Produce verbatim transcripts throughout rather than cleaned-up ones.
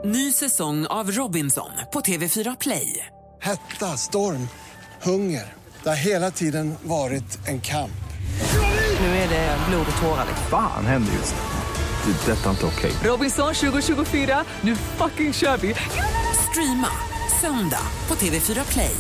Ny säsong av Robinson på T V fyra Play. Hetta, storm, hunger. Det har hela tiden varit en kamp. Nu är det blod och tårar. Fan händer just det. Det är detta inte okej. Robinson tjugo tjugofyra, nu fucking kör vi. Streama söndag på T V fyra Play.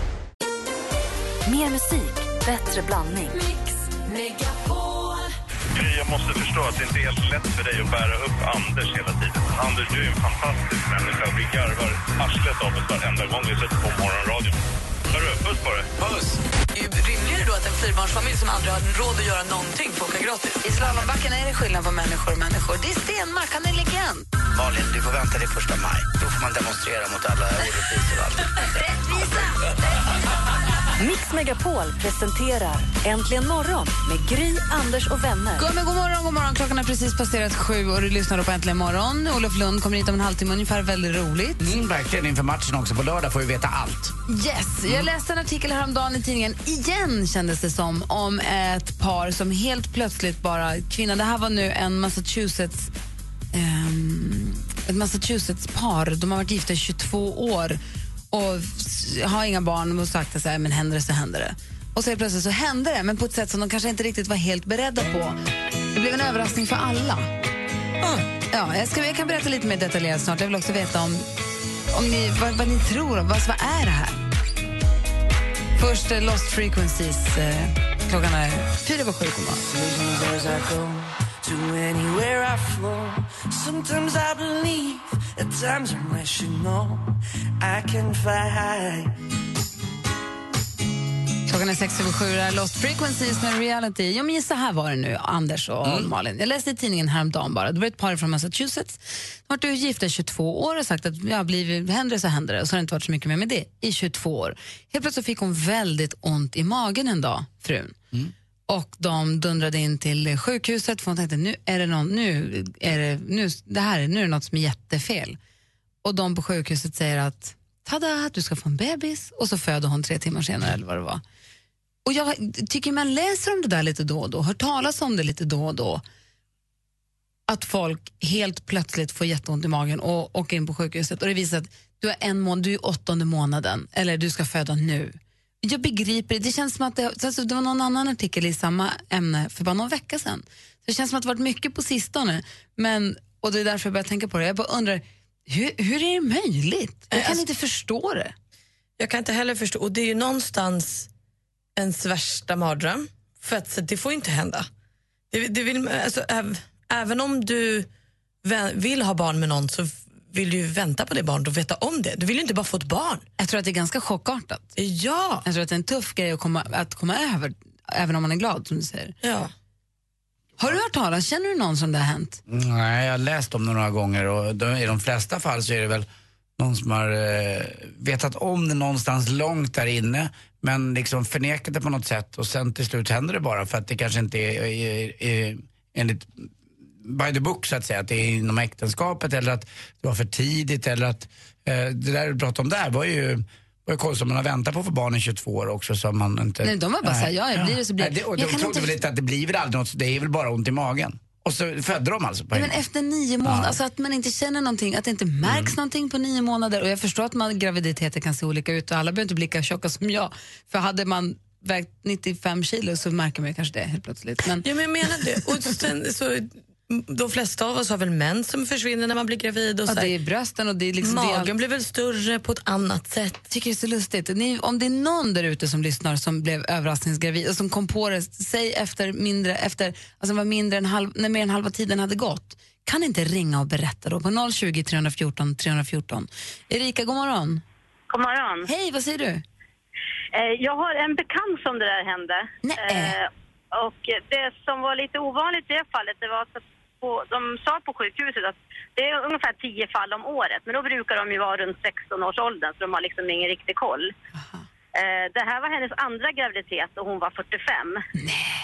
Mer musik, bättre blandning. Mix Megapol. Jag måste förstå att det inte är helt lätt för dig att bära upp Anders hela tiden. Anders, du är en fantastisk människa. Vi garvar arslet av oss varenda gång vi sätter på morgonradion. Hörru, puss på det. Puss! Det är ju rimligare då att en fyrbarnsfamilj som aldrig har råd att göra någonting får åka gratis. I slalombacken är det skillnad på människor och människor. Det är Stenmark, han är legend. Malin, du får vänta till första maj. Då får man demonstrera mot alla orättvisor och allt. Rättvisa! Mix Megapol presenterar Äntligen morgon med Gry, Anders och vänner. God, men god morgon, god morgon. Klockan är precis passerat sju och du lyssnar på Äntligen morgon. Olof Lund kommer hit om en halvtimme ungefär. Väldigt roligt. Mm, verkligen, inför matchen också. På lördag får vi veta allt. Yes, jag läste en artikel häromdagen i tidningen. Igen kändes det som om ett par som helt plötsligt bara... Kvinnan, det här var nu en Massachusetts... Um, ett Massachusetts-par. De har varit gifta i tjugotvå år och har inga barn och sagt att så här, men händer det så händer det. Och så plötsligt så hände det, men på ett sätt som de kanske inte riktigt var helt beredda på. Det blev en överraskning för alla. Mm. Ja, jag, ska, jag kan berätta lite mer detaljerat snart. Jag vill också veta om, om ni, vad, vad ni tror om. Vad, vad är det här? Först eh, Lost Frequencies. Eh, klockan är fyra över sju. To anywhere I flow. Sometimes I believe, at times I'm rational. I can fly high. Klockan är sex över sju, det är Lost Frequencies med Reality. Jo, men så här var det nu, Anders och mm. Malin. Jag läste i tidningen häromdagen bara. Det var ett par från Massachusetts. De har varit gifta i tjugotvå år och sagt att ja, blir, händer det så händer det. Och så har det inte varit så mycket mer med det i tjugotvå år. Helt plötsligt fick hon väldigt ont i magen en dag, frun. Mm. Och de dundrade in till sjukhuset för hon tänkte nu är det någon, nu är det, nu, det här, nu är det något som är jättefel. Och de på sjukhuset säger att tada, du ska få en bebis. Och så föder hon tre timmar senare eller vad det var. Och jag tycker man läser om det där lite då och då, hör talas om det lite då och då. Att folk helt plötsligt får jätteont i magen och åker in på sjukhuset. Och det visar att du är en månad, du är åttonde månaden eller du ska föda nu. Jag begriper det. Det känns som att det, alltså det var någon annan artikel i samma ämne för bara någon vecka sedan. Så det känns som att det varit mycket på sistone. Men, och det är därför jag börjar tänka på det. Jag bara undrar, hur, hur är det möjligt? Jag kan alltså, inte förstå det. Jag kan inte heller förstå. Och det är ju någonstans ens värsta mardröm. För att det får ju inte hända. Det, det vill, alltså, äv, även om du vill ha barn med någon så vill du vänta på det barnet och veta om det. Du vill ju inte bara få ett barn. Jag tror att det är ganska chockartat. Ja. Jag tror att det är en tuff grej att komma, att komma över, även om man är glad, som du säger. Ja. Har du hört talas? Känner du någon som det har hänt? Nej, jag har läst om det några gånger och de, i de flesta fall så är det väl någon som har eh, vetat om det någonstans långt där inne men liksom förnekat det på något sätt och sen till slut händer det bara för att det kanske inte är, är, är enligt by the book så att säga, att det är inom äktenskapet eller att det var för tidigt eller att eh, det där du pratade om där var ju var ju konstigt om man har väntat på att få barn i tjugotvå år också så man inte... Nej, de var bara såhär, ja, blir det så blir det. Och de trodde inte... väl inte att det blir väl aldrig något, det är väl bara ont i magen. Och så födde de alltså på ja, men efter nio månader, ja. Alltså att man inte känner någonting, att det inte märks mm. någonting på nio månader. Och jag förstår att man, graviditeter kan se olika ut och alla behöver inte bli lika tjocka som jag. För hade man vägt nittiofem kilo så märker man ju kanske det helt plötsligt. Men... Ja, men jag menar det. Och sen, så, de flesta av oss har väl män som försvinner när man blir gravid. Och ja, så det är brösten och det är liksom... Magen det är... blir väl större på ett annat sätt. Jag tycker det är så lustigt. Ni, om det är någon där ute som lyssnar som blev överraskningsgravid och som kom på det, säg efter mindre, efter, alltså var mindre än halv, när mer än halva tiden hade gått. Kan inte ringa och berätta då på noll tjugo, tre fjorton, tre fjorton. Erika, god morgon. God morgon. Hej, vad säger du? Eh, jag har en bekant som det där hände. Nej. Eh, och det som var lite ovanligt i det fallet, det var att på, de sa på sjukhuset att det är ungefär tio fall om året. Men då brukar de ju vara runt sexton års åldern så de har liksom ingen riktig koll. Eh, det här var hennes andra graviditet och hon var fyrtiofem. Nej.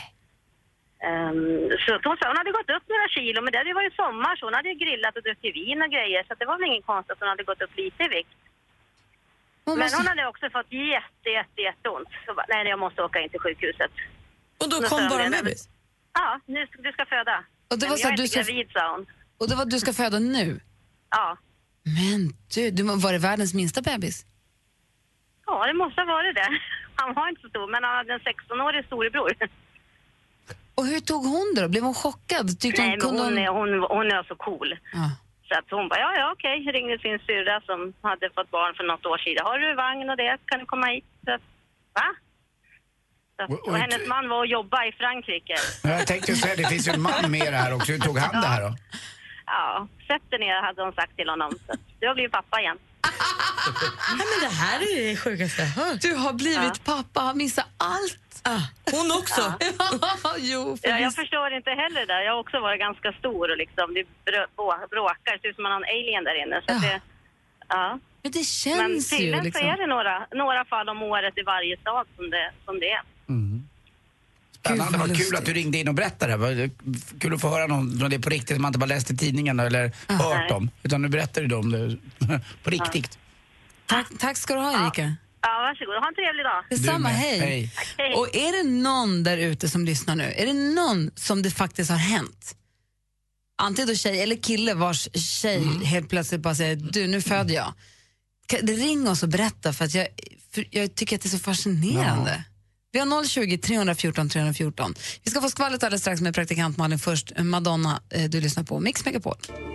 Um, så hon sa hon hade gått upp några kilo, men det var ju sommar så hon hade ju grillat och druckit vin och grejer. Så det var väl ingen konst att hon hade gått upp lite i vikt. Hon men måste... hon hade också fått jätte, jätte, jätteont. Så bara, nej, jag måste åka in till sjukhuset. Och då så kom så bara en bebis? Ja, nu, du ska föda. Och det var men så jag är du inte ska... gravid, sa hon. Och det var du ska föda nu? Ja. Men du, du var det världens minsta bebis? Ja, det måste ha varit det. Han var inte så stor, men han hade en sexton-årig storebror. Och hur tog hon det då? Blev hon chockad? Tyckte Nej, hon, men kunde hon, hon... är, hon, hon är så cool. Ja. Så att hon bara, ja, ja, okej. Ringde sin syrra som hade fått barn för något år sedan. Har du vagn och det? Kan du komma hit? Så att, va? Så att, och hennes man var och jobba i Frankrike. Jag tänkte säga, det finns ju en man med det här också. Hur tog han det här då? Ja, sätt dig ner hade hon sagt till honom. Så du har blivit pappa igen. Nej, men det här är det sjukaste jag hört. Du har blivit ja. pappa, har missat allt. Ah, hon också. Ja. jo, för ja, jag förstår inte heller det. Jag har också varit ganska stor och liksom, det bråkar. Det ser ut som man har en alien där inne. Så ja. Det, ja. Men det känns Men ju liksom. Men så är det några, några fall om året i varje stad som det, som det är. Mm. Spännande, vad kul att du ringde in och berättade. Vad kul att få höra någon, det är på riktigt, som man inte bara läst i tidningen eller ah. hört om. Utan nu berättar du om det på riktigt. Ja. Tack, tack ska du ha, Erika. Ja, varsågod. Ha en trevlig dag. Detsamma, hej. hej. hej. Och är det någon där ute som lyssnar nu, är det någon som det faktiskt har hänt? Antingen då tjej eller kille vars tjej mm. helt plötsligt bara säger, du, nu föder jag. Ring oss och berätta, för att jag, för jag tycker att det är så fascinerande. Ja. Vi har noll tjugo, tre fjorton, tre fjorton. Vi ska få skvallret alldeles strax med praktikant Malin. Först Madonna, du lyssnar på Mix Megapol.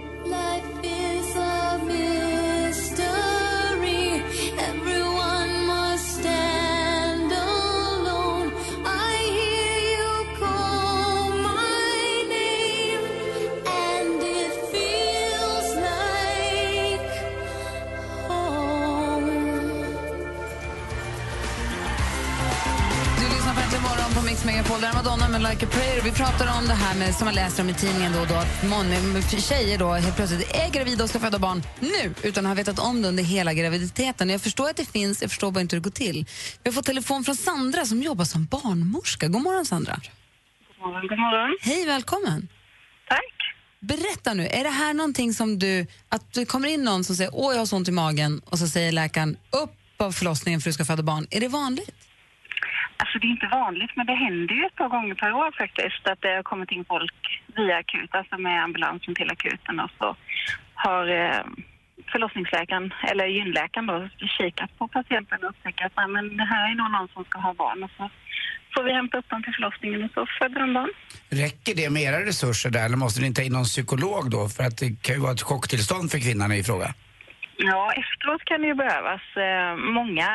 På Mix Megapol, där Madonna med Like a Prayer. Vi pratar om det här med, som man läser om i tidningen då och då, att många tjejer då helt plötsligt är gravida och ska föda barn nu utan att ha vetat om det under hela graviditeten. Jag förstår att det finns, jag förstår bara inte hur det går till. Vi har fått telefon från Sandra som jobbar som barnmorska. God morgon, Sandra. God morgon, god morgon. Hej, välkommen. Tack. Berätta nu, är det här någonting som du, att det kommer in någon som säger, åh jag har så ont i magen, och så säger läkaren upp av förlossningen för att du ska föda barn. Är det vanligt? Alltså det är inte vanligt, men det händer ju ett par gånger per år faktiskt att det har kommit in folk via akut, alltså med ambulansen till akuten, och så har eh, förlossningsläkaren eller gynläkaren då kikat på patienten och upptäckt att nej, men det här är nog någon som ska ha barn, och så får vi hämta upp dem till förlossningen och så föder de barn. Räcker det med era resurser där, eller måste ni ta in någon psykolog då, för att det kan ju vara ett chocktillstånd för kvinnan i fråga? Ja, efteråt kan det ju behövas. Eh, många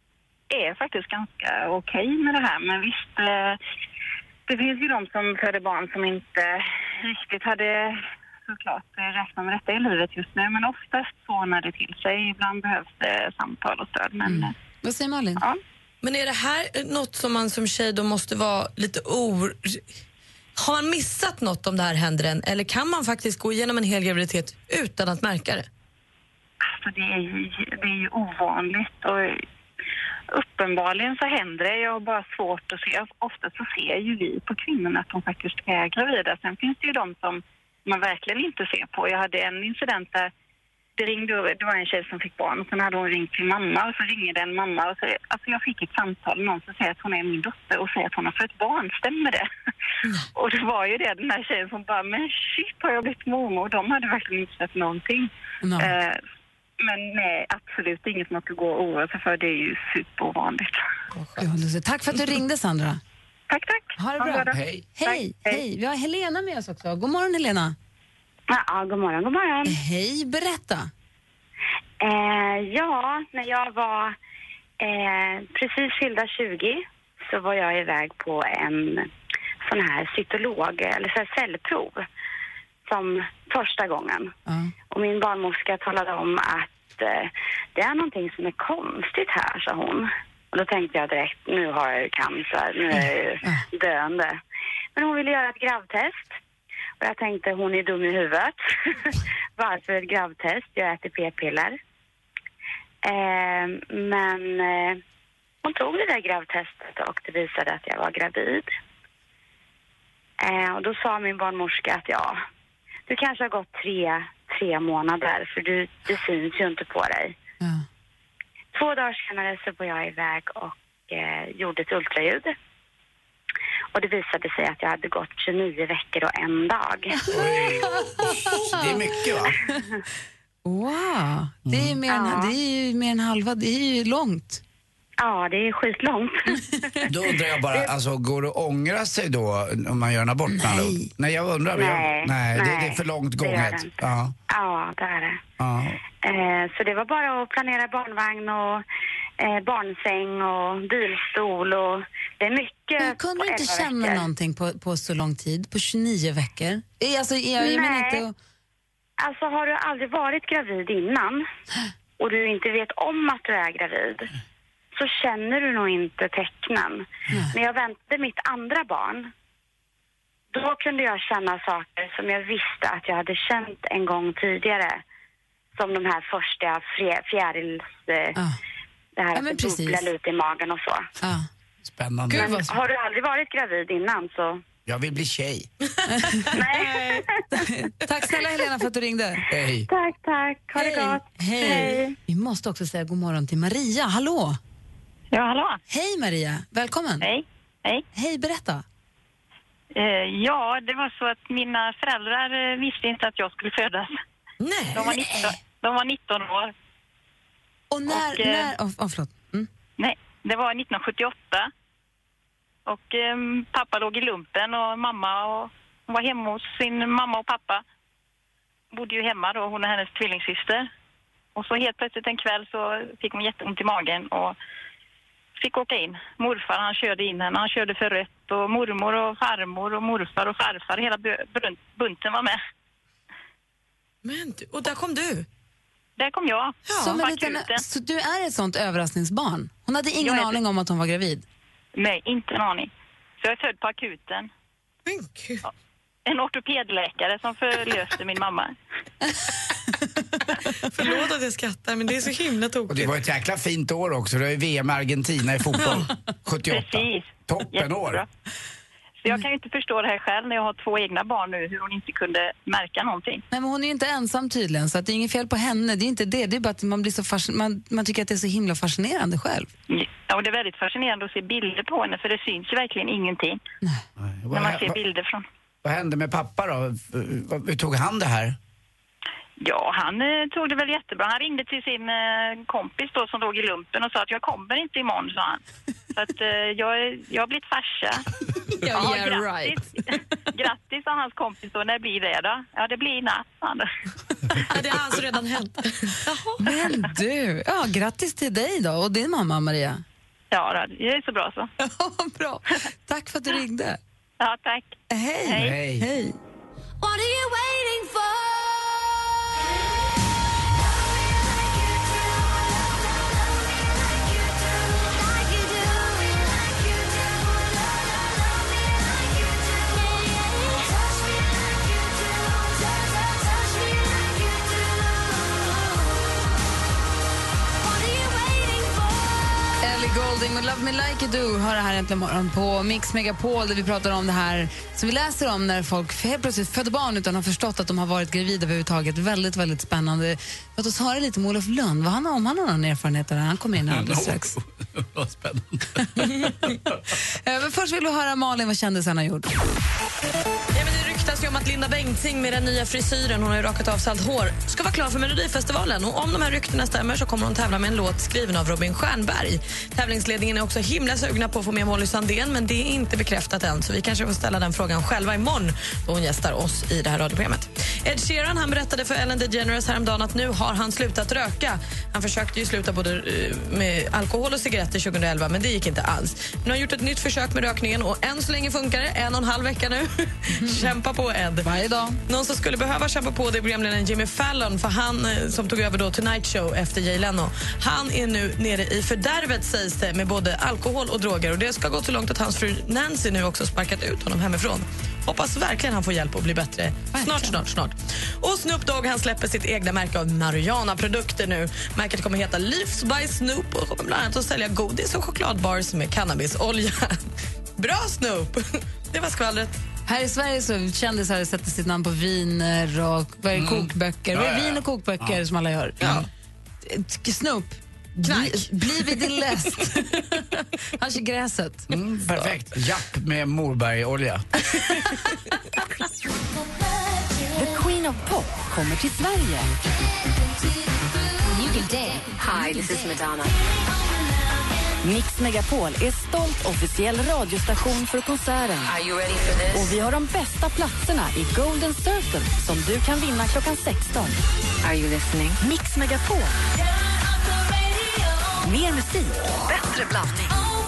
är faktiskt ganska okej okay med det här, men visst, eh, det finns ju de som föder barn som inte riktigt hade såklart räknat med detta i livet just nu, men oftast så när det till sig, ibland behövs det samtal och stöd. Men, mm. Vad säger Malin? Ja. Men är det här något som man som tjej då måste vara lite or... Har man missat något om det här händer en, eller kan man faktiskt gå igenom en hel graviditet utan att märka det? Alltså det är ju, det är ju ovanligt, och uppenbarligen så händer det. Jag har bara svårt att se. Ofta så ser ju vi på kvinnorna att de faktiskt är gravida. Sen finns det ju de som man verkligen inte ser på. Jag hade en incident där det ringde, det var en tjej som fick barn, och sen hade hon ringt till mamma, och så ringde en mamma och så, alltså jag fick ett samtal, någon som säger att hon är min dotter och säger att hon har fått barn, stämmer det? Mm. Och det var ju det, den här tjejen som bara, men shit, har jag blivit mormor? Och de hade verkligen inte sett någonting. Mm. Eh, men nej, absolut inget man ska gå och oroa sig för, det är ju superovanligt. Oh, tack för att du ringde, Sandra. Tack, tack. Ha det bra. Hej. Hej, hej. Vi har Helena med oss också. God morgon, Helena. Ja, god morgon, god morgon. Hej, berätta. Eh, ja, när jag var eh, precis fyllda tjugo så var jag iväg på en sån här cytolog, eller så här cellprov, som första gången. Mm. Och min barnmorska talade om att eh, det är någonting som är konstigt här, sa hon. Och då tänkte jag direkt, nu har jag ju cancer, nu är jag ju mm. döende. Men hon ville göra ett gravtest. Och jag tänkte, hon är dum i huvudet. Varför ett gravtest? Jag äter p-piller. Eh, men eh, hon tog det där gravtestet och det visade att jag var gravid. Eh, och då sa min barnmorska att ja, du kanske har gått tre, tre månader, för du, det syns ju inte på dig. Mm. Två dagar senare så var jag iväg och eh, gjorde ett ultraljud. Och det visade sig att jag hade gått tjugonio veckor och en dag. Oj, det är mycket, va? Wow, det är, mer än, Ja. det är ju mer än halva, det är ju långt. Ja, det är skitlångt. Då undrar jag bara, alltså, går det att ångra sig då om man gör en abort? Nej. Nej, jag undrar. Nej, jag, nej, det, det är för långt det gör gånget. det inte. Ja. Ja, det är det. Ja. Eh, så det var bara att planera barnvagn och eh, barnsäng och bilstol och det är mycket. Men kunde du inte elva känna veckor. någonting på, på så lång tid? På tjugonio veckor? Eh, Alltså, jag, jag menar Nej. inte... Alltså har du aldrig varit gravid innan och du inte vet om att du är gravid så känner du nog inte tecknen. När jag väntade mitt andra barn, då kunde jag känna saker som jag visste att jag hade känt en gång tidigare. Som de här första fjä- fjärils... Eh, Ah. Det här Ja, att men det precis. bubblar lite i magen och så. Ah. Spännande. Gud, vad... Har du aldrig varit gravid innan så... Jag vill bli tjej. Nej. Tack snälla Helena för att du ringde. Hej. Tack, tack. Ha det Hej. gott. Hej. Hej. Vi måste också säga god morgon till Maria. Hallå! Ja, hallå. Hej Maria, välkommen. Hej. Hej. Hej, berätta. Eh, ja, det var så att mina föräldrar eh, visste inte att jag skulle födas. Nej. De var nitton, de var nitton år. Och när... Och, eh, när oh, oh, förlåt. Mm. Nej, det var nittonhundrasjuttioåtta. Och eh, pappa låg i lumpen och mamma och, hon var hemma hos sin mamma och pappa. Bodde ju hemma då, hon och hennes tvillingsyster. Och så helt plötsligt en kväll så fick hon jätteont i magen och fick åka in. Morfar han körde in henne, han körde för rött och mormor och farmor och morfar och farfar, hela brunt, bunten var med. Men du, och där kom du. Där kom jag. Ja, så, på men lite, akuten. så du är ett sånt överraskningsbarn? Hon hade ingen Jag är- aning om att hon var gravid? Nej, inte en aning. Så jag är född på akuten. Men gud. En ortopedläkare som förlöste min mamma. Förlåt att jag skrattar, men det är så himla Och tokigt. det var ett jäkla fint år också. Det var ju V M i Argentina i fotboll. sjuttioåtta. Precis. Toppenår. Jättebra. Så jag kan ju inte förstå det här själv när jag har två egna barn nu, hur hon inte kunde märka någonting. Nej, men hon är ju inte ensam tydligen, så att det är inget fel på henne. Det är inte det, det är bara att man, blir så fascin- man, man tycker att det är så himla fascinerande själv. Ja, och det är väldigt fascinerande att se bilder på henne, för det syns ju verkligen ingenting när Vad, man ser vad, bilder från... vad hände med pappa då? Vad- Hur tog han det här? Ja, han eh, tog det väl jättebra. Han ringde till sin eh, kompis då som låg i lumpen och sa att jag kommer inte imorgon, sa han. Så att eh, jag, är- jag har blivit farsa. Ja, yeah, grattis. Grattis, sa hans kompis då. När blir det då? Ja, det blir i natt, sa han. Ja, det har alltså redan hänt. Men du, ja, grattis till dig då och din mamma Maria. Ja, det är så bra så. Ja, bra. Tack för att du ringde. Ja, tack. Hej. Hej. Hej. Hej. What are you waiting for? Ellie Goulding och Love Me Like You Do har det här äntligen morgon på Mix Megapol där vi pratar om det här som vi läser om när folk helt plötsligt föder barn utan att ha förstått att de har varit gravida överhuvudtaget. Väldigt, väldigt spännande. Låt oss höra lite med Olof Lund. Vad han, om han har någon erfarenhet av det. Han kommer in alldeles strax. Vad spännande. Eh, Men först vill vi höra Malin vad kändisarna har gjort. Ja, men det ryktas ju om att Linda Bengtzing med den nya frisyren, hon har ju rakat av sig allt hår, ska vara klar för Melodifestivalen. Och om de här ryktena stämmer så kommer hon tävla med en låt skriven av Robin Stjernberg. Tävlingsledningen är också himla sugna på att få med Molly Sandén, men det är inte bekräftat än, så vi kanske får ställa den frågan själva imorgon då hon gästar oss i det här radioprogrammet. Ed Sheeran, han berättade för Ellen DeGeneres häromdagen att nu har han slutat röka. Han försökte ju sluta både eh, med alkohol och cigaretter tjugoelva, men det gick inte alls. Nu har han gjort ett nytt försök med rökningen och än så länge funkar det. En och en halv vecka nu. Kämpa på, Ed. Varje dag. Någon som skulle behöva kämpa på det är programledaren Jimmy Fallon, för han eh, som tog över då Tonight Show efter Jay Leno. Han är nu nere i fördärvet, sägs det, med både alkohol och droger, och det ska gå så långt att hans fru Nancy nu också sparkat ut honom hemifrån. Hoppas verkligen han får hjälp att bli bättre. Snart, snart, snart. Och Snoop Dogg, han släpper sitt egna märke av marijuana-produkter nu. Märket kommer heta Leaves by Snoop och kommer bland annat att sälja godis och chokladbars med cannabisolja. Bra, Snoop! Det var skvallret. Här i Sverige så kändisar sätter sitt namn på viner och vad är det, kokböcker. Vad är vin och kokböcker som alla gör? Ja. Snoop, bli, bli vid din läst. Han kör gräset. Mm, perfekt. Japp med Morbergolja. The Queen Queen of Pop kommer till Sverige. You can dance. Hi, this is Madonna. Mix Megapol är stolt officiell radiostation för konserten. Are you ready for this? Och vi har de bästa platserna i Golden Circle som du kan vinna klockan sexton. Are you listening? Mix Megapol. Mer musik, bättre blandning.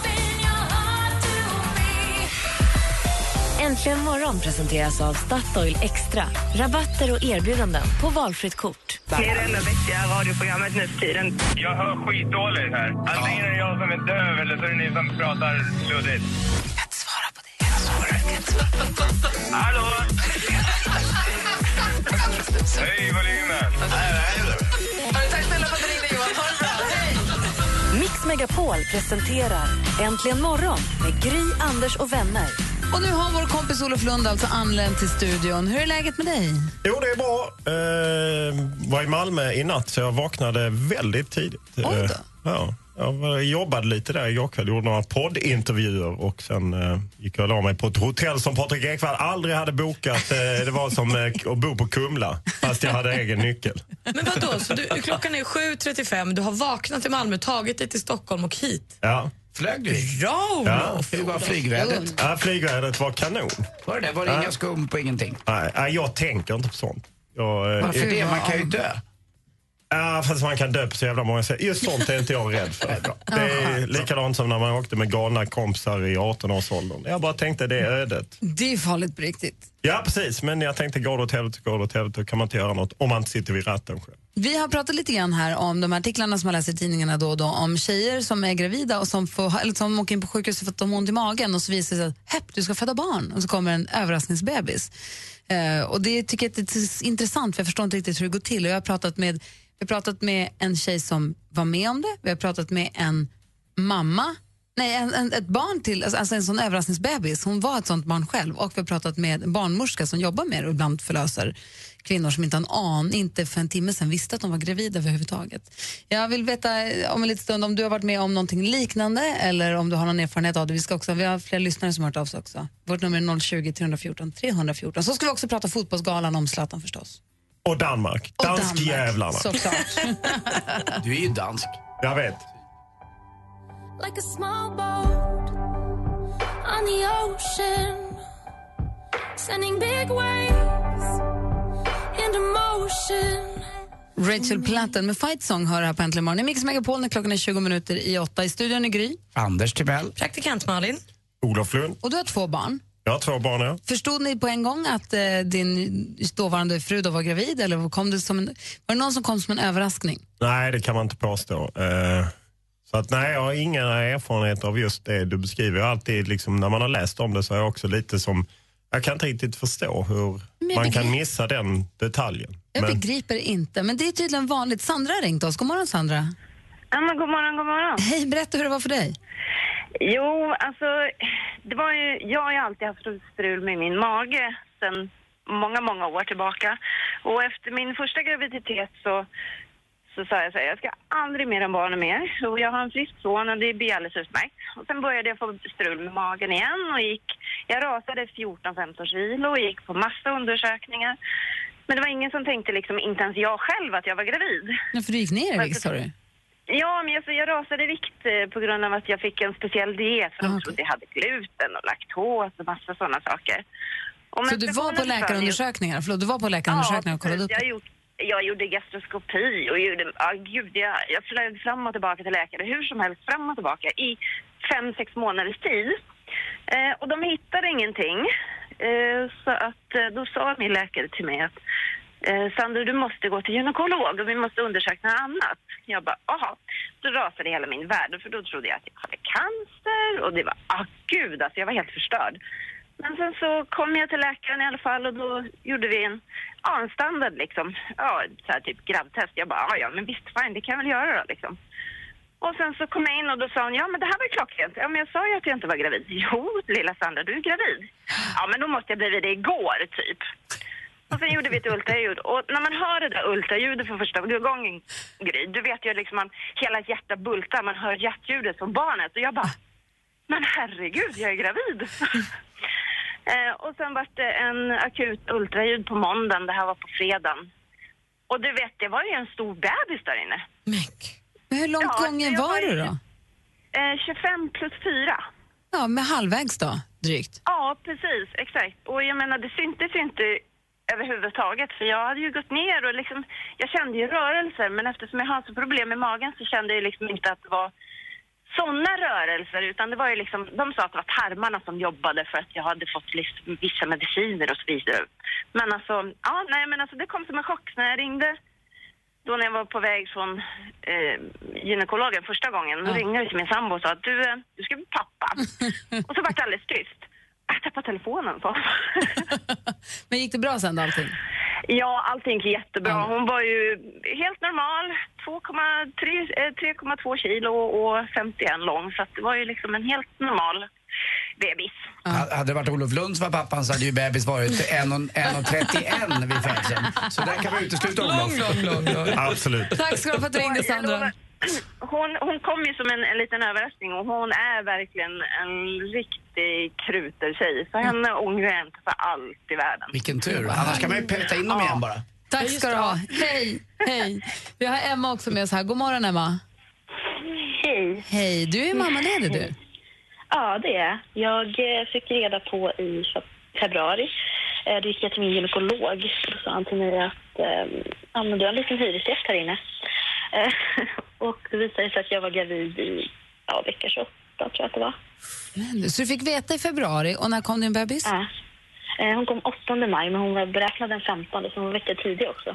Äntligen morgon presenteras av Statoil Extra. Rabatter och erbjudanden på valfritt kort. Det är det enda vettiga radioprogrammet nu för tiden. Jag hör skitdåligt här. Antingen är det jag som är döv eller så är det ni som pratar luddigt. Jag kan inte svara på det. Jag kan svara, jag kan inte svara. Hallå? Hej, volymen. Tack snälla för att du ringde, Johan. Ha det bra. Hej! Mix Megapol presenterar Äntligen morgon med Gry, Anders och vänner. Och nu har vår kompis Olof Lund alltså anlänt till studion. Hur är läget med dig? Jo, det är bra. Eh, var i Malmö i natt så jag vaknade väldigt tidigt. Oj då. Eh, ja, jag jobbade lite där igår kväll, gjorde några poddintervjuer och sen eh, gick jag och la mig på ett hotell som Patrik Ekwall aldrig hade bokat. Eh, det var som eh, att bo på Kumla, fast jag hade egen nyckel. Men vadå, så du, klockan är sju trettiofem, du har vaknat i Malmö, tagit dig till Stockholm och hit? Ja. Flög du? Bra! Ja. Hur var flygvädret? Ja, flygvädret var kanon. Var det? Var det ja. inga skum på ingenting? Nej, nej, jag tänker inte på sånt. Jag, Varför eh, det? Man kan ju dö. Ja, fast man kan dö på så jävla många sätt. Just sånt är inte jag rädd för. Det är likadant som när man åkte med galna kompisar i arton-årsåldern. Jag bara tänkte, det är ödet. Det är farligt på riktigt. Ja, precis. Men jag tänkte, går det åt helvete, går det åt helvete, kan man inte göra något om man inte sitter vid ratten själv. Vi har pratat lite grann här om de artiklarna som man läser i tidningarna då och då om tjejer som är gravida och som, får, eller som åker in på sjukhuset för att de har ont i magen och så visar det sig att hepp, du ska föda barn och så kommer en överraskningsbebis. Eh, och det tycker jag är intressant för jag förstår inte riktigt hur det går till och jag har pratat med, vi har pratat med en tjej som var med om det, vi har pratat med en mamma Nej, en, en, ett barn till, alltså en sån överraskningsbebis. Hon var ett sånt barn själv och vi har pratat med en barnmorska som jobbar med det och ibland förlöser kvinnor som inte har en an, inte för en timme sedan visste att de var gravida överhuvudtaget. Jag vill veta om en liten stund om du har varit med om någonting liknande eller om du har någon erfarenhet av det. Vi, ska också, vi har fler lyssnare som har hört av sig också. Vårt nummer är noll tjugo, tre fjorton, tre fjorton. Så ska vi också prata fotbollsgalan om Zlatan förstås. Och Danmark. Och Danskjävlarna. Såklart. Du är ju dansk. Jag vet. Like a small boat on the ocean, sending big waves into motion. Rachel Platten med Fight Song hör här på Äntligen morgon. I Mix Megapol när klockan är tjugo minuter i åtta. I studion är Gry. Anders Timell. Praktikant Malin. Olof Lund. Och du har två barn. Jag har två barn, ja. Förstod ni på en gång att eh, din dåvarande fru då var gravid? Eller kom det som en, var det någon som kom som en överraskning? Nej, det kan man inte påstå. Uh... Så att nej, jag har inga erfarenheter av just det du beskriver. Jag alltid liksom, när man har läst om det så är jag också lite som, jag kan inte riktigt förstå hur man begriper. kan missa den detaljen. Jag men... begriper inte, men det är tydligen vanligt. Sandra har ringt oss. God morgon, Sandra. Ja, men god morgon, god morgon. Hej, berätta hur det var för dig. Jo, alltså, det var ju, jag har ju alltid haft strul med min mage sedan många, många år tillbaka. Och efter min första graviditet så Så sa jag så här, jag ska aldrig mer än barn mer. Och jag har en frisk son och det blir alldeles utmärkt. Och sen började jag få strul med magen igen och gick, jag rasade fjorton femton kilo och gick på massa undersökningar. Men det var ingen som tänkte liksom, inte ens jag själv, att jag var gravid. Ja, för du gick ner i vikt, sa du? Ja, men alltså, jag rasade i vikt på grund av att jag fick en speciell diet. För ah, de trodde jag hade gluten och laktos och massa sådana saker. Och så du var på läkarundersökningar? Förlåt, du var på läkarundersökningar och kollade upp det? Jag gjort Jag gjorde gastroskopi och gjorde, ah, gud, jag, jag flög fram och tillbaka till läkare, hur som helst fram och tillbaka i fem, sex månaders tid. Eh, och de hittade ingenting. Eh, så att eh, då sa min läkare till mig att eh, Sandra, du måste gå till gynekolog och vi måste undersöka något annat. Jag bara, aha. Då rasade hela min värld, för då trodde jag att jag hade cancer och det var, ah gud, alltså jag var helt förstörd. Men sen så kom jag till läkaren i alla fall och då gjorde vi en, ja, en standard liksom, ja, så här typ grabbtest. Jag bara, ja, ja men visst, fine, det kan jag väl göra då liksom. Och sen så kom jag in och då sa hon, ja men det här var ju klockrent. Ja men jag sa ju att jag inte var gravid. Jo, lilla Sandra, du är gravid. Ja men då måste jag bli det igår typ. Och sen gjorde vi ett ultraljud. Och när man hör det där ultraljudet för första gången, Gry, du vet ju liksom man, hela hjärtat bultar, man hör hjärtljudet som barnet. Och jag bara, men herregud, jag är gravid. Eh, och sen var det en akut ultraljud på måndagen. Det här var på fredagen. Och du vet, det var ju en stor bebis där inne. Men hur långt Ja, gången det var var du ju- då? Eh, tjugofem plus fyra. Ja, med halvvägs då, drygt. Ja, precis. Exakt. Och jag menar, det syntes ju inte överhuvudtaget. För jag hade ju gått ner och liksom, jag kände ju rörelser. Men eftersom jag har så problem med magen så kände jag liksom inte att det var sådana rörelser. Utan det var ju liksom, de sa att det var tarmarna som jobbade för att jag hade fått liksom vissa mediciner och så vidare. Men alltså, ja, nej men alltså det kom som en chock när jag ringde. Då när jag var på väg från eh, gynekologen första gången, då ringde jag till min sambo och sa att du, eh, du ska bli pappa. Och så var det alldeles tyst. Jag tappade telefonen så. Men gick det bra sen då, allting? Ja, allting gick jättebra. Hon var ju helt normal, tre komma två kilo och femtioen lång. Så att det var ju liksom en helt normal bebis. Ha- Hade det varit Olof Lund som var pappan så hade ju bebis varit en komma trettioen vid födseln. Så där kan vi utesluta Olof. Absolut. Tack ska du ha för att du ringde, Sandra. Hon, hon kom ju som en, en liten överraskning och hon är verkligen en riktig krutertjej. Så henne ångrar jag inte för allt i världen. Vilken tur. Annars kan man ju peta in dem igen bara. Tack ska du ha. Hej, hej. Vi har Emma också med oss här. God morgon, Emma. Hej. Hej, du är mammaledig du. Ja, det är jag. Jag fick reda på i februari. Eh, Då gick jag till min gynekolog. Då sa han till mig att eh, ja, men du har en liten hyresgäst här inne. Eh, Och det visade sig att jag var gravid i ja, vecka tjugoåtta, tror jag att det var. Men, så du fick veta i februari, och när kom din bebis? Ja. Eh, Hon kom åttonde maj, men hon var beräknad den femtonde, så hon var vecka tidig också.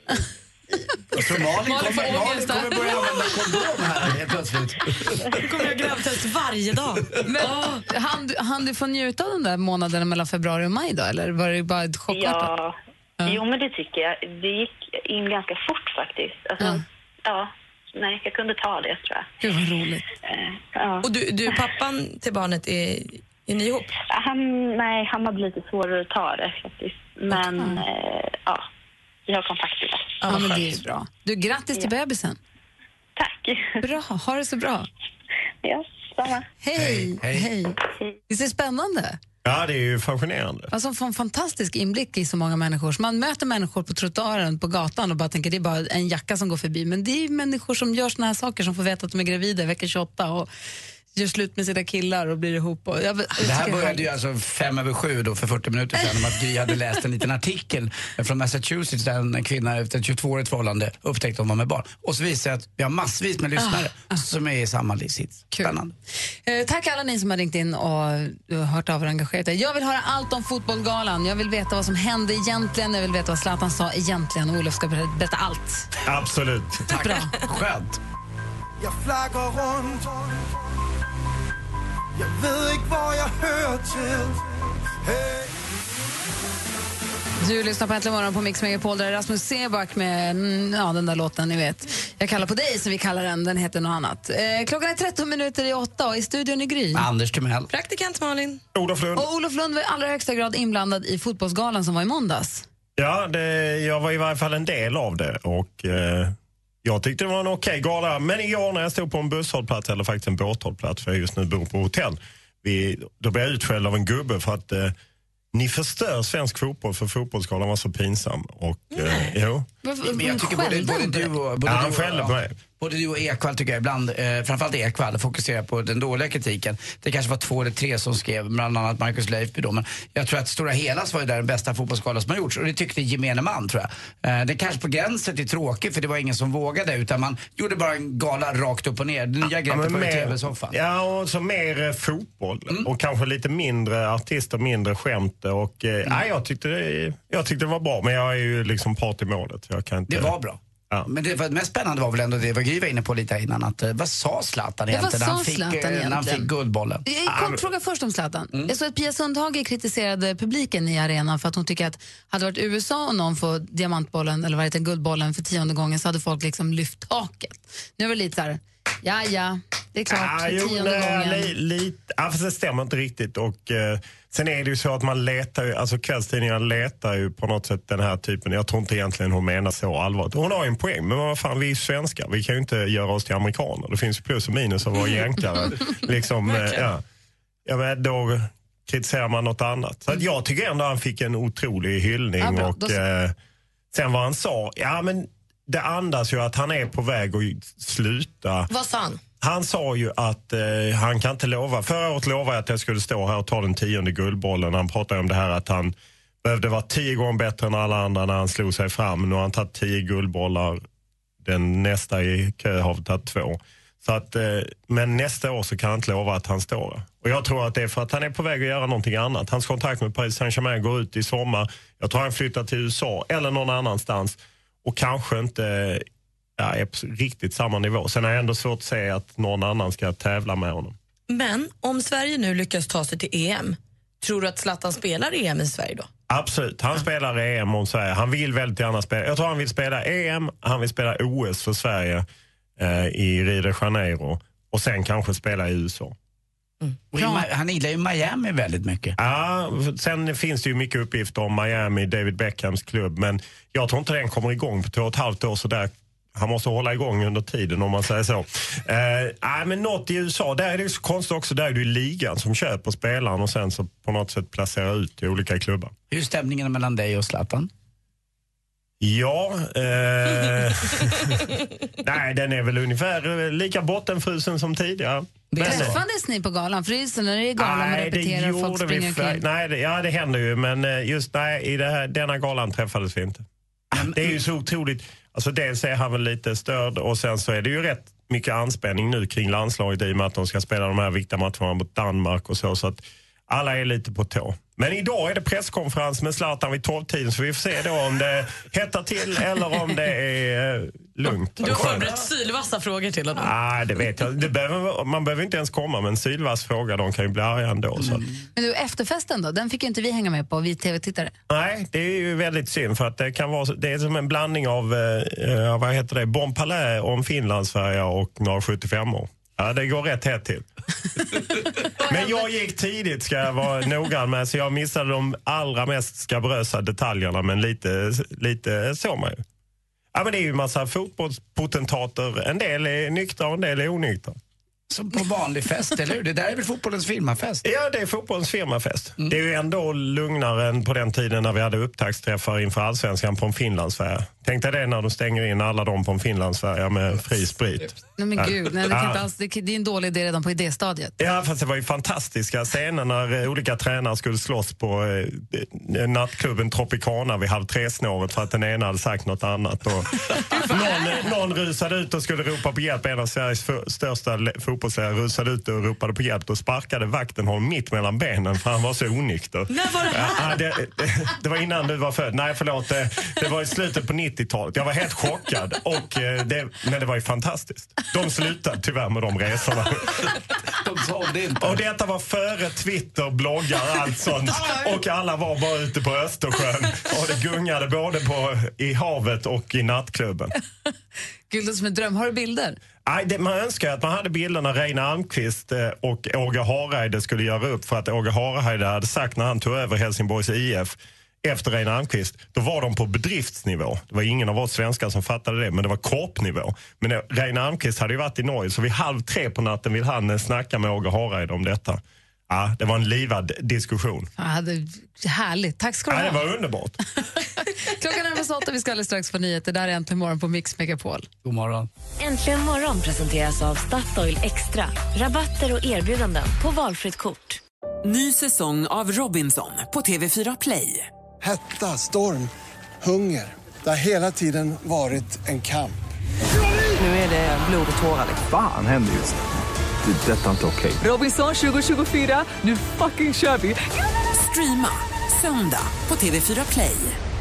Jag tror Malin Malin får kommer, Malin ångest där. kommer börja använda kondom här helt plötsligt. Nu kommer jag gravtest varje dag. Men hann, du- hann du få njuta av den där månaden mellan februari och maj då? Eller var det bara chockartat? Ja, jo men det tycker jag. Det gick in ganska fort faktiskt. Alltså, Ja. ja, nej, jag kunde ta det tror jag. Gud vad roligt. Eh, Ja. Och du, du, pappan till barnet, är, är ni ihop? Han, nej, han hade lite svårare att ta det faktiskt. Men eh, ja, vi har kontakt idag. Ja, men det är bra. Du, grattis till bebisen. Tack. Bra, ha det så bra. Ja, samma. Hej, Hej, hej. Visst är det spännande? Ja, det är ju fascinerande. Alltså få en fantastisk inblick i så många människor. Så man möter människor på trottoaren, på gatan och bara tänker det är bara en jacka som går förbi. Men det är ju människor som gör såna här saker, som får veta att de är gravida i vecka tjugoåtta och gör slut med sina killar och blir ihop. Och jag, jag Det här tycker- började ju alltså fem över sju då för fyrtio minuter sedan om att Gry hade läst en liten artikel från Massachusetts där en kvinna efter ett tjugotvåårigt förhållande upptäckte att hon var med barn. Och så visar det att vi har massvis med lyssnare som är i samma livssits. Spännande. Eh, tack alla ni som har ringt in och uh, hört av er och engagerat er. Jag vill höra allt om fotbollsgalan. Jag vill veta vad som hände egentligen. Jag vill veta vad Zlatan sa egentligen. Och Olof ska ber- berätta allt. Absolut. Tack. Bra. Skönt. Jag flaggar runt. Jag vet inte vad jag hör till. Hey. Du lyssnar på Äntligen morgon på Mix Megapol, där är Rasmus Seback med mm, ja, den där låten ni vet. Jag kallar på dig som vi kallar den, den heter något annat. Eh, klockan är tretton minuter i åtta och i studion i Gry. Anders Timell. Praktikant Malin. Olof Lund. Och Olof Lund var i allra högsta grad inblandad i fotbollsgalan som var i måndags. Ja, det, jag var i varje fall en del av det och eh, jag tyckte det var en okej gala. Men igår när jag stod på en busshållplats, eller faktiskt en båthållplats, för jag just nu bor på hotell, vi, då blev jag utskälld av en gubbe för att eh, ni förstör svensk fotboll, för fotbollsgalan var så pinsam. Och, eh, jo. Men jag tycker både, både du och, både Ja, du han och, skällde på mig. både du och Ekvall tycker jag ibland, eh, framförallt Ekvall, fokuserar på den dåliga kritiken. Det kanske var två eller tre som skrev, bland annat Marcus Leifby då, men jag tror att stora hela så var ju där den bästa fotbollsgala som har gjorts, och det tyckte gemene man tror jag. Eh, det kanske på gränsen till tråkigt, för det var ingen som vågade, utan man gjorde bara en gala rakt upp och ner. Det nya Ja, greppet men på mer- tv-soffan. Ja, och så mer eh, fotboll och kanske lite mindre artister, mindre skämt och eh, nej, jag tyckte det, jag tyckte det var bra, men jag är ju liksom part i målet. Jag kan inte... Det var bra. Ja. Men det var, mest spännande var väl ändå det vad Gry var inne på lite här innan, att eh, vad sa Zlatan Ja, vad egentligen när han sa fick, Zlatan eh, när han egentligen? fick guldbollen? En kort fråga först om Zlatan. Jag såg att Pia Sundhage kritiserade publiken i arenan för att hon tycker att hade det varit U S A och någon får diamantbollen eller vad heter guldbollen för tionde gången, så hade folk liksom lyft taket. Nu är det lite så här, ja ja, det är klart, Ah, jo, tionde nej, gången. li, lite, ah, fast det stämmer inte riktigt. Och, eh, sen är det ju så att man letar ju, alltså kvällstidningarna letar ju på något sätt den här typen. Jag tror inte egentligen hon menar så allvarligt. Hon har ju en poäng, men vad fan, vi är svenskar. Vi kan ju inte göra oss till amerikaner. Det finns ju plus och minus att vara jänkare. liksom, eh, ja. Ja, men då kritiserar man något annat. Så att jag tycker ändå han fick en otrolig hyllning. Ja, bra. och Då... eh, sen vad han sa, ja men det andas ju att han är på väg att sluta. Vad sa han? Han sa ju att eh, han kan inte lova. Förra året lovade jag att jag skulle stå här och ta den tionde guldbollen. Han pratade om det här att han behövde vara tio gånger bättre än alla andra när han slog sig fram. Nu har han tagit tio guldbollar. Den nästa i kö har tagit två. Så att, eh, men nästa år så kan han inte lova att han står. Och jag tror att det är för att han är på väg att göra någonting annat. Hans kontrakt med Paris Saint-Germain går ut i sommar. Jag tror han flyttar till U S A eller någon annanstans. Och kanske inte ja, är på riktigt samma nivå. Sen är det ändå svårt att säga att någon annan ska tävla med honom. Men om Sverige nu lyckas ta sig till E M, tror du att Zlatan spelar E M i Sverige då? Absolut, han spelar E M om Sverige. Han vill väldigt gärna spela. Jag tror han vill spela E M, han vill spela O S för Sverige eh, i Rio de Janeiro. Och sen kanske spela i U S A. Mm. Och i, han gillar ju Miami väldigt mycket. Ja, sen finns det ju mycket uppgifter om Miami, David Beckhams klubb. Men jag tror inte den kommer igång på två och ett halvt år så där. Han måste hålla igång under tiden om man säger så. Eh, men något i U S A, där är det så konstigt också. Där är det ju ligan som köper spelaren och sen så på något sätt placerar ut i olika klubbar. Hur är stämningen mellan dig och Zlatan? Ja, eh, nej den är väl ungefär lika bottenfrusen som tidigare. Träffades ni på galan? För det är så när det är galan man repeterar och folk springer omkring. Nej, det, ja det händer ju, men just nej, i det här, denna galan träffades vi inte. Det är ju så otroligt, alltså dels är han väl lite störd och sen så är det ju rätt mycket anspänning nu kring landslaget i och med att de ska spela de här viktiga matcherna mot Danmark och så, så att alla är lite på tå. Men idag är det presskonferens med Zlatan vid tolv-tiden så vi får se då om det hettar till eller om det är eh, lugnt. Du har förberett sylvassa frågor till honom. Nej, det vet jag. Det behöver, man behöver inte ens komma med en sylvass fråga, de kan ju bli arga ändå. Så. Mm. Men du, efterfesten då, den fick ju inte vi hänga med på, vi tv-tittare. Nej, det är ju väldigt synd för att det kan vara, det är som en blandning av, eh, vad heter det, Bon Palais om Finlandsfärja och några sjuttiofem år. Ja, det går rätt här till. Men jag gick tidigt, ska jag vara noga med, så jag missade de allra mest skabrösa detaljerna, men lite, lite så man ju. Ja, men det är ju en massa fotbollspotentater, en del är nyktra och en del är onyktra. Som på vanlig fest, eller hur? Det där är väl fotbollens firmafest? Ja, det är fotbollens firmafest. Mm. Det är ju ändå lugnare än på den tiden när vi hade upptaktsträffar inför Allsvenskan på en Finlandsfärja. Tänk dig det när de stänger in alla dem på en Finlandsfärja med fri sprit. Nej men gud, nej, det, kan inte alls, det, det är en dålig idé redan på idéstadiet. Ja, fast det var ju fantastiska scener när olika tränare skulle slåss på eh, nattklubben Tropicana vid halv tre-snåret för att den ena hade sagt något annat. Och någon, någon rusade ut och skulle ropa på hjälp. En av Sveriges för, största fotbollsledare rusade ut och ropade på hjälp och sparkade vakten honom mitt mellan benen för han var så onykter. När var det här? Ja, det, det, det var innan du var född. Nej, förlåt. Det, det var i slutet på nittiotalet. Jag var helt chockad. Och, det, men det var ju fantastiskt. De slutade tyvärr med de resorna. De sålde inte. Och detta var före Twitter, bloggar, allt sånt. Och alla var bara ute på Östersjön. Och det gungade både på, i havet och i nattklubben. Gud, det som en dröm. Har du bilder? Nej, det, man önskar att man hade bilder när Reine Almqvist och Åge Hareide skulle göra upp, för att Åge Hareide hade sagt när han tog över Helsingborgs I F efter Reine Almqvist, då var de på bedriftsnivå. Det var ingen av oss svenskar som fattade det, men det var korpnivå. Men Reine Almqvist hade ju varit i Norge, så vid halv tre på natten vill han snacka med Åge Hareide om detta. Ja, det var en livad diskussion. Ja, det, härligt. Tack ska du ha. Ja, det var underbart. Klockan är åtta, vi ska alldeles strax få nyheter. Där är Äntligen morgon på Mix Megapol. God morgon. Äntligen morgon presenteras av Statoil Extra. Rabatter och erbjudanden på valfritt kort. Ny säsong av Robinson på T V fyra Play. Hetta, storm, hunger. Det har hela tiden varit en kamp. Nu är det blod och tårar. Fan händer just det. Det är detta inte okej. Robinson tjugo tjugofyra, nu fucking kör vi. Streama söndag på T V fyra Play.